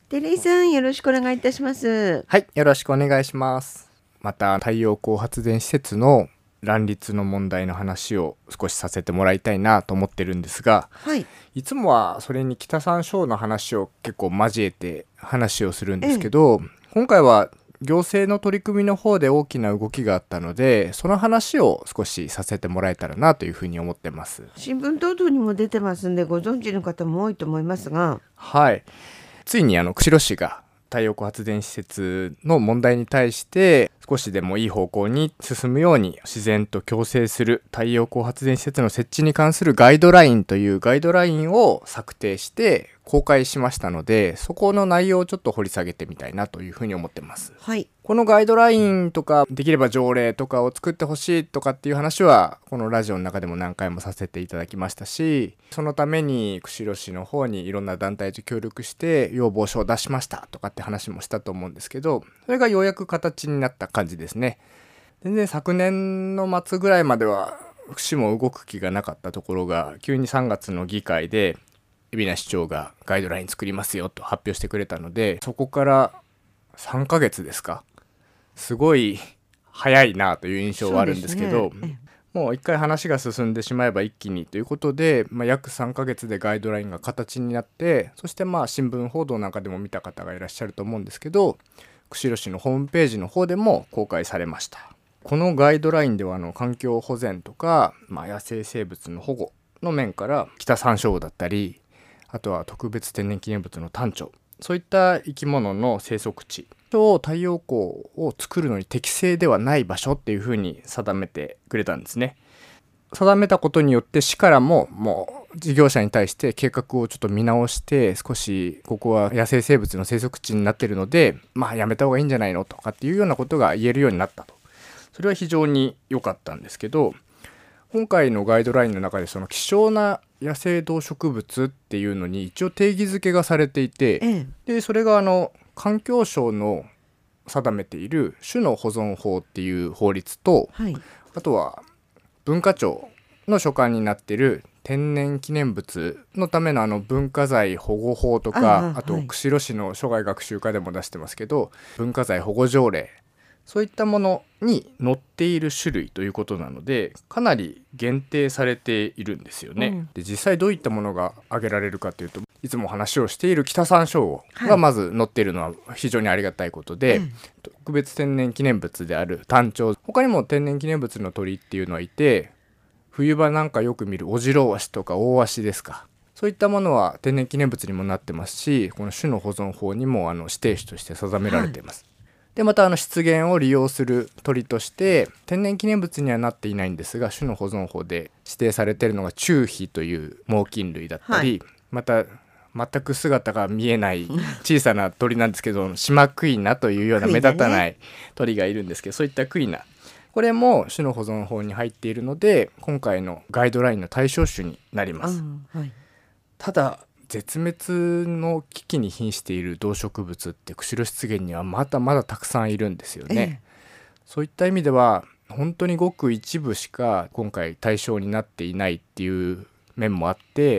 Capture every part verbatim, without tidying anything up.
照井さん、よろしくお願いいたします。 はい、よろしくお願いします。また太陽光発電施設の乱立の問題の話を少しさせてもらいたいなと思ってるんですが、 はい、 いつもはそれに北山椒の話を結構交えて話をするんですけど、ええ、今回は行政の取り組みの方で大きな動きがあったので、その話を少しさせてもらえたらなというふうに思ってます。 新聞等々にも出てますんで、ご存知の方も多いと思いますが、 はい、ついにあの釧路市が太陽光発電施設の問題に対して少しでもいい方向に進むように自然と共生する太陽光発電施設の設置に関するガイドラインというガイドラインを策定して公開しましたので、そこの内容をちょっと掘り下げてみたいなというふうに思ってます。 はい、 このガイドラインとかできれば条例とかを作ってほしいとかっていう話はこのラジオの中でも何回もさせていただきましたし、そのために釧路市の方にいろんな団体と協力して要望書を出しましたとかって話もしたと思うんですけど、それがようやく形になった感じですね。全然昨年の末ぐらいまでは市も動く気がなかったところが、急にさんがつの議会で海老名市長がガイドライン作りますよと発表してくれたので、そこからさんかげつですか、すごい早いなという印象はあるんですけど、ね、もう一回話が進んでしまえば一気にということで、まあ、約さんかげつでガイドラインが形になって、そしてまあ新聞報道なんかでも見た方がいらっしゃると思うんですけど、釧路市のホームページの方でも公開されました。このガイドラインではあの環境保全とか、まあ、野生生物の保護の面から北山椒だったり、あとは特別天然記念物のタンチョウ、そういった生き物の生息地と太陽光を作るのに適正ではない場所っていうふうに定めてくれたんですね。定めたことによって市からももう事業者に対して計画をちょっと見直して、少しここは野生生物の生息地になっているので、まあやめた方がいいんじゃないのとかっていうようなことが言えるようになったと。それは非常に良かったんですけど、今回のガイドラインの中でその希少な野生動植物っていうのに一応定義づけがされていて、ええ、でそれがあの環境省の定めている種の保存法っていう法律と、はい、あとは文化庁の所管になっている天然記念物のためのあの文化財保護法とか、 あ, あと釧路市の諸外学習課でも出してますけど、文化財保護条例、そういったものに載っている種類ということなので、かなり限定されているんですよね、うん、で実際どういったものが挙げられるかというと、いつも話をしている北山椒がまず載っているのは非常にありがたいことで、はい、特別天然記念物であるタンチョウ、他にも天然記念物の鳥っていうのはいて、冬場なんかよく見るオジロワシとかオオワシですか、そういったものは天然記念物にもなってますし、この種の保存法にもあの指定種として定められています、はい。でまたあの出現を利用する鳥として天然記念物にはなっていないんですが、種の保存法で指定されているのがチュウヒという猛禽類だったり、はい、また全く姿が見えない小さな鳥なんですけどシマクイナというような目立たない鳥がいるんですけど、そういったクイナ、これも種の保存法に入っているので今回のガイドラインの対象種になります、はい、ただ絶滅の危機に瀕している動植物って釧路湿原にはまだまだたくさんいるんですよね、ええ、そういった意味では本当にごく一部しか今回対象になっていないっていう面もあって、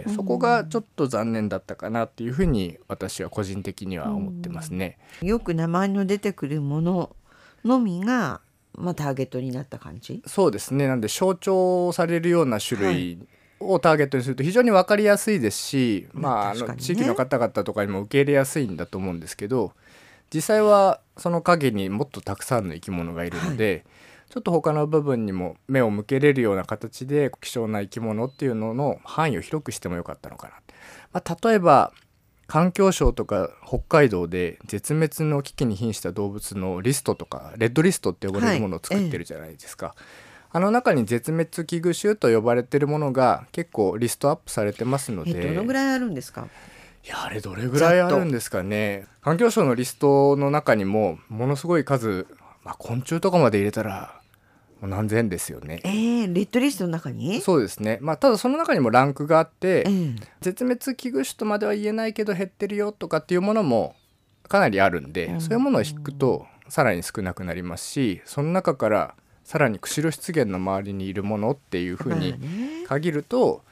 そこがちょっと残念だったかなっていうふうに私は個人的には思ってますね。 よく名前の出てくるもののみが、まあ、ターゲットになった感じ。 そうですね。なんで象徴されるような種類をターゲットにすると非常に分かりやすいですし、はい、まあ、あの地域の方々とかにも受け入れやすいんだと思うんですけど、実際はその陰にもっとたくさんの生き物がいるので、はい、ちょっと他の部分にも目を向けれるような形で希少な生き物っていうのの範囲を広くしてもよかったのかな、まあ、例えば環境省とか北海道で絶滅の危機に瀕した動物のリストとかレッドリストって呼ばれるものを作ってるじゃないですか、はい、あの中に絶滅危惧種と呼ばれてるものが結構リストアップされてますので、 えどのぐらいあるんですか？ いやあれどれぐらいあるんですかね。環境省のリストの中にもものすごい数、まあ、昆虫とかまで入れたらもう何千ですよね。 えー、レッドリストの中に？ そうですね、まあ、ただその中にもランクがあって、えー、絶滅危惧種とまでは言えないけど減ってるよとかっていうものもかなりあるんで、うん、そういうものを引くとさらに少なくなりますし、その中からさらに釧路湿原の周りにいるものっていうふうに限ると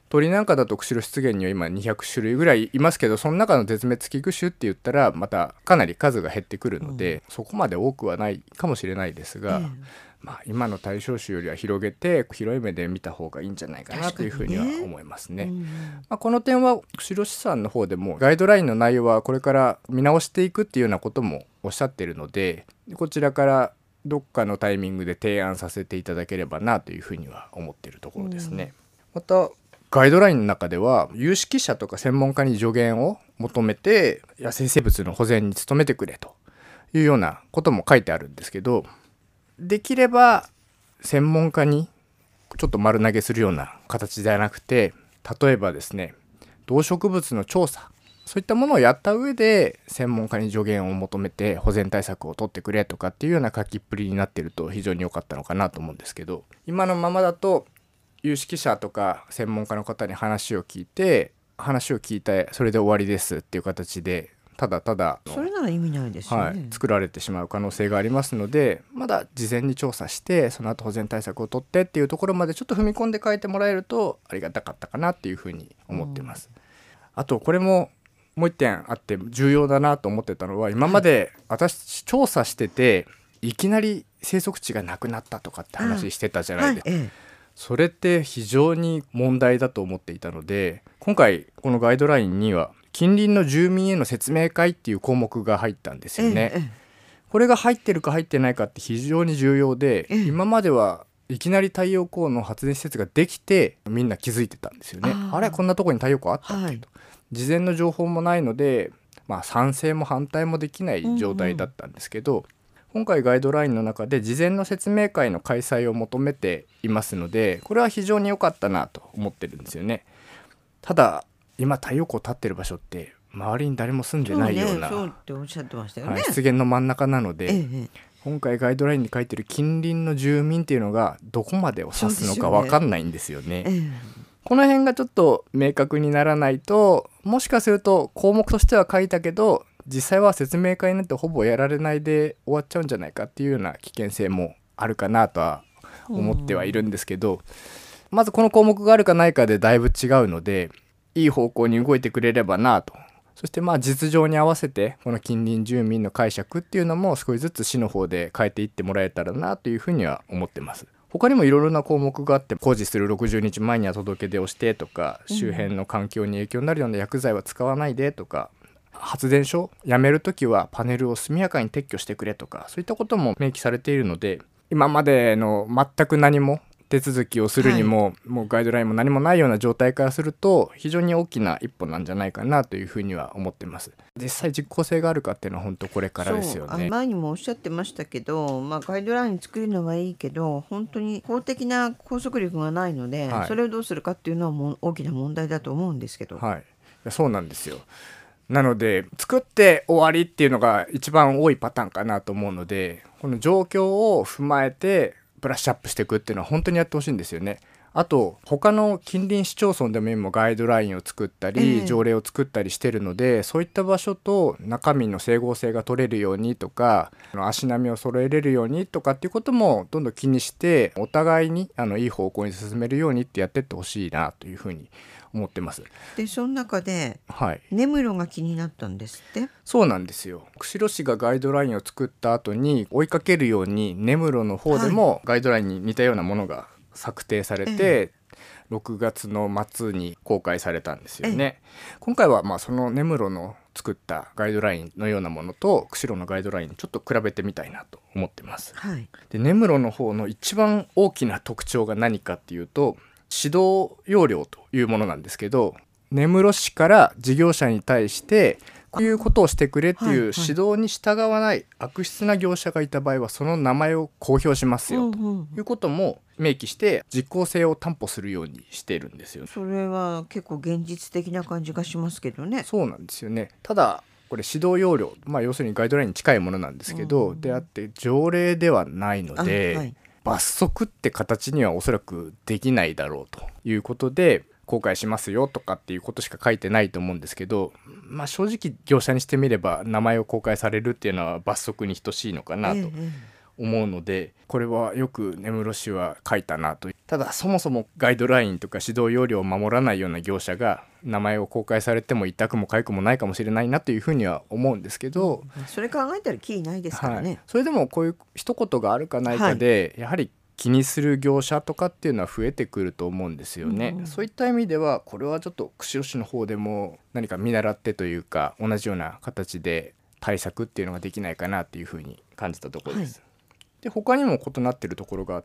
鳥なんかだと釧路湿原には今にひゃくしゅるいぐらいいますけど、その中の絶滅危惧種って言ったらまたかなり数が減ってくるので、うん、そこまで多くはないかもしれないですが、うん、まあ、今の対象種よりは広げて広い目で見た方がいいんじゃないかなというふうには思いますね。うん、まあ、この点は釧路市さんの方でもガイドラインの内容はこれから見直していくっていうようなこともおっしゃっているので、こちらからどっかのタイミングで提案させていただければなというふうには思っているところですね。うん、またガイドラインの中では有識者とか専門家に助言を求めて野生生物の保全に努めてくれというようなことも書いてあるんですけど、できれば専門家にちょっと丸投げするような形ではなくて、例えばですね、動植物の調査、そういったものをやった上で専門家に助言を求めて保全対策を取ってくれとかっていうような書きっぷりになっていると非常に良かったのかなと思うんですけど、今のままだと有識者とか専門家の方に話を聞いて話を聞いてそれで終わりですっていう形でただただそれなら意味ないですよね、 はい、作られてしまう可能性がありますので、まだ事前に調査してその後保全対策を取ってっていうところまでちょっと踏み込んで書いてもらえるとありがたかったかなっていうふうに思ってます。うん、あとこれももう一点あって重要だなと思ってたのは、今まで私調査してていきなり生息地がなくなったとかって話してたじゃないですか。はい、それって非常に問題だと思っていたので、今回このガイドラインには近隣の住民への説明会っていう項目が入ったんですよね。ええ、これが入ってるか入ってないかって非常に重要で、ええ、今まではいきなり太陽光の発電施設ができてみんな気づいてたんですよね。あ, あれこんなとこに太陽光あったっけ、はい、と事前の情報もないので、まあ、賛成も反対もできない状態だったんですけど、うんうん、今回ガイドラインの中で事前の説明会の開催を求めていますので、これは非常に良かったなと思ってるんですよね。ただ今太陽光立ってる場所って周りに誰も住んでないような、 そうね、そうっておっしゃってましたよね。はい、 湿原の真ん中なので、 ええ、 今回ガイドラインに書いてる近隣の住民っていうのがどこまでを指すのか分かんないんですよね。ええ、この辺がちょっと明確にならないと、もしかすると項目としては書いたけど実際は説明会なんてほぼやられないで終わっちゃうんじゃないかっていうような危険性もあるかなとは思ってはいるんですけど、まずこの項目があるかないかでだいぶ違うので、いい方向に動いてくれればなと。そしてまあ実情に合わせてこの近隣住民の解釈っていうのも少しずつ市の方で変えていってもらえたらなというふうには思ってます。他にもいろいろな項目があって、工事するろくじゅうにちまえには届け出をしてとか、周辺の環境に影響になるような薬剤は使わないでとか、発電所やめるときはパネルを速やかに撤去してくれとか、そういったことも明記されているので、今までの全く何も手続きをするにも、はい、もうガイドラインも何もないような状態からすると非常に大きな一歩なんじゃないかなというふうには思ってます。実際実効性があるかっていうのは本当これからですよね。 そう、前にもおっしゃってましたけど、まあ、ガイドライン作るのはいいけど本当に法的な拘束力がないので、はい、それをどうするかっていうのはもう大きな問題だと思うんですけど、 はい、そうなんですよ。なので作って終わりっていうのが一番多いパターンかなと思うので、この状況を踏まえてブラッシュアップしていくっていうのは本当にやってほしいんですよね。あと他の近隣市町村でも今ガイドラインを作ったり、えー、条例を作ったりしてるので、そういった場所と中身の整合性が取れるようにとか、足並みを揃えれるようにとかっていうこともどんどん気にして、お互いにあのいい方向に進めるようにってやってってほしいなというふうに思ってます。 でその中で、 はい、 根室が気になったんですって。 そうなんですよ。釧路市がガイドラインを作った後に追いかけるように根室の方でもガイドラインに似たようなものが策定されて、ええ、ろくがつの末に公開されたんですよね。ええ、今回はまあその根室の作ったガイドラインのようなものと釧路のガイドラインちょっと比べてみたいなと思ってます。 はい、 で根室の方の一番大きな特徴が何かっていうと、指導要領というものなんですけど、根室市から事業者に対してこういうことをしてくれっていう指導に従わない悪質な業者がいた場合はその名前を公表しますよということも明記して実効性を担保するようにしているんですよ。 それは結構現実的な感じがしますけどね。 そうなんですよね。ただこれ指導要領、まあ、要するにガイドラインに近いものなんですけど、であって条例ではないので、はい、罰則って形にはおそらくできないだろうということで公開しますよとかっていうことしか書いてないと思うんですけど、まあ、正直業者にしてみれば名前を公開されるっていうのは罰則に等しいのかなと思うので、これはよく根室市は書いたなと。ただそもそもガイドラインとか指導要領を守らないような業者が名前を公開されても痛くも痒くもないかもしれないなというふうには思うんですけど、 それ考えたらキリないですからね、はい、 それでもこういう一言があるかないかで、はい、やはり気にする業者とかっていうのは増えてくると思うんですよね、うん、そういった意味ではこれはちょっと釧路市の方でも何か見習ってというか同じような形で対策っていうのができないかなっていうふうに感じたところです、はい、で他にも異なっているところがあって、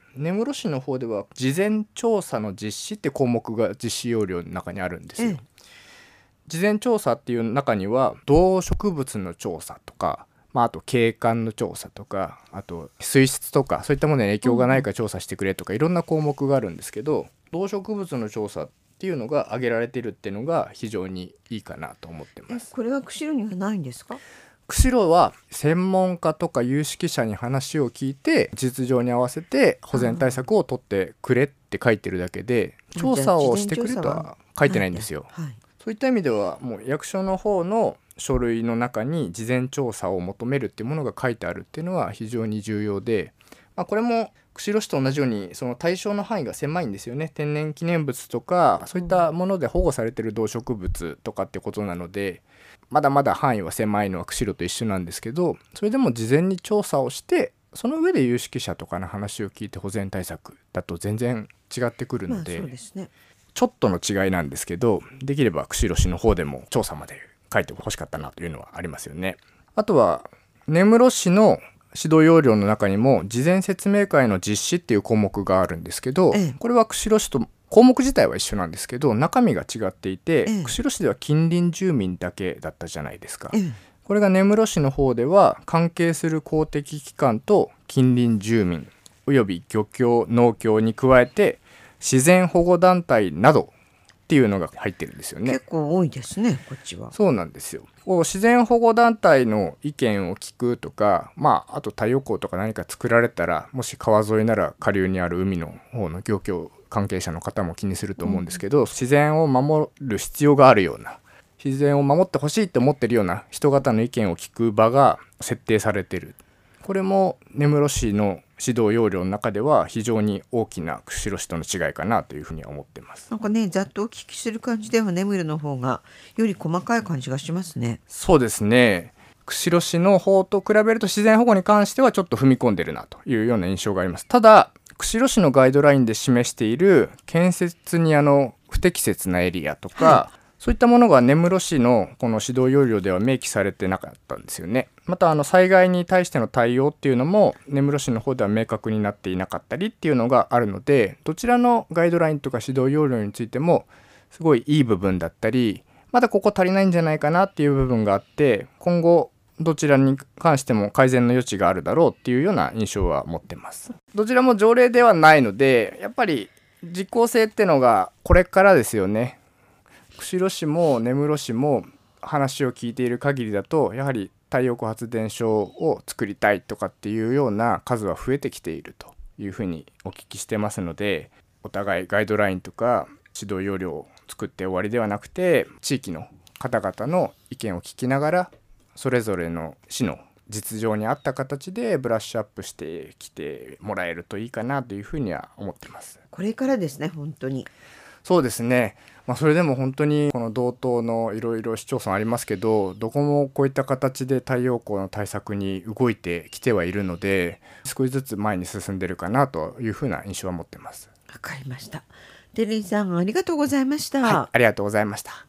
根室市の方では事前調査の実施って項目が実施要領の中にあるんですよ、うん、事前調査っていう中には動植物の調査とか、まあ、あと景観の調査とか、あと水質とかそういったものに影響がないか調査してくれとか、いろんな項目があるんですけど、動植物の調査っていうのが挙げられているっていうのが非常にいいかなと思ってます。 これは釧路にはないんですか？ 釧路は専門家とか有識者に話を聞いて実情に合わせて保全対策を取ってくれって書いてるだけで、調査をしてくれとは書いてないんですよ、はいはい、そういった意味ではもう役所の方の書類の中に事前調査を求めるっていうものが書いてあるっていうのは非常に重要で、まあ、これも釧路市と同じようにその対象の範囲が狭いんですよね。天然記念物とかそういったもので保護されている動植物とかってことなので、まだまだ範囲は狭いのは釧路と一緒なんですけど、それでも事前に調査をしてその上で有識者とかの話を聞いて保全対策だと全然違ってくるので、 まあそうですね、 ちょっとの違いなんですけど、できれば釧路市の方でも調査まで書いてほしかったなというのはありますよね。あとは根室市の指導要領の中にも事前説明会の実施っていう項目があるんですけど、ええ、これは釧路市と項目自体は一緒なんですけど中身が違っていて、ええ、釧路市では近隣住民だけだったじゃないですか、ええ、これが根室市の方では関係する公的機関と近隣住民および漁協農協に加えて自然保護団体などっていうのが入ってるんですよね。 結構多いですね、こっちは。 そうなんですよ。自然保護団体の意見を聞くとか、まあ、あと太陽光とか何か作られたら、もし川沿いなら下流にある海の方の漁協関係者の方も気にすると思うんですけど、うん、自然を守る必要があるような、自然を守ってほしいと思ってるような人方の意見を聞く場が設定されてる。これも根室市の指導要領の中では非常に大きな釧路市との違いかなというふうには思ってます。 なんかね、ざっとお聞きする感じでは根室の方がより細かい感じがしますね。 そうですね。釧路市の方と比べると自然保護に関してはちょっと踏み込んでるなというような印象があります。ただ釧路市のガイドラインで示している建設にあの不適切なエリアとか、はい、そういったものが根室市のこの指導要領では明記されてなかったんですよね。またあの災害に対しての対応っていうのも根室市の方では明確になっていなかったりっていうのがあるので、どちらのガイドラインとか指導要領についてもすごいいい部分だったり、まだここ足りないんじゃないかなっていう部分があって、今後どちらに関しても改善の余地があるだろうっていうような印象は持ってます。どちらも条例ではないので、やっぱり実効性ってのがこれからですよね。釧路市も根室市も話を聞いている限りだと、やはり太陽光発電所を作りたいとかっていうような数は増えてきているというふうにお聞きしてますので、お互いガイドラインとか指導要領を作って終わりではなくて、地域の方々の意見を聞きながらそれぞれの市の実情に合った形でブラッシュアップしてきてもらえるといいかなというふうには思ってます。 これからですね、本当に。 そうですね、まあ、それでも本当にこの道東のいろいろ市町村ありますけど、どこもこういった形で太陽光の対策に動いてきてはいるので、少しずつ前に進んでるかなというふうな印象は持ってます。 わかりました。テリーさん、ありがとうございました。 はい、ありがとうございました。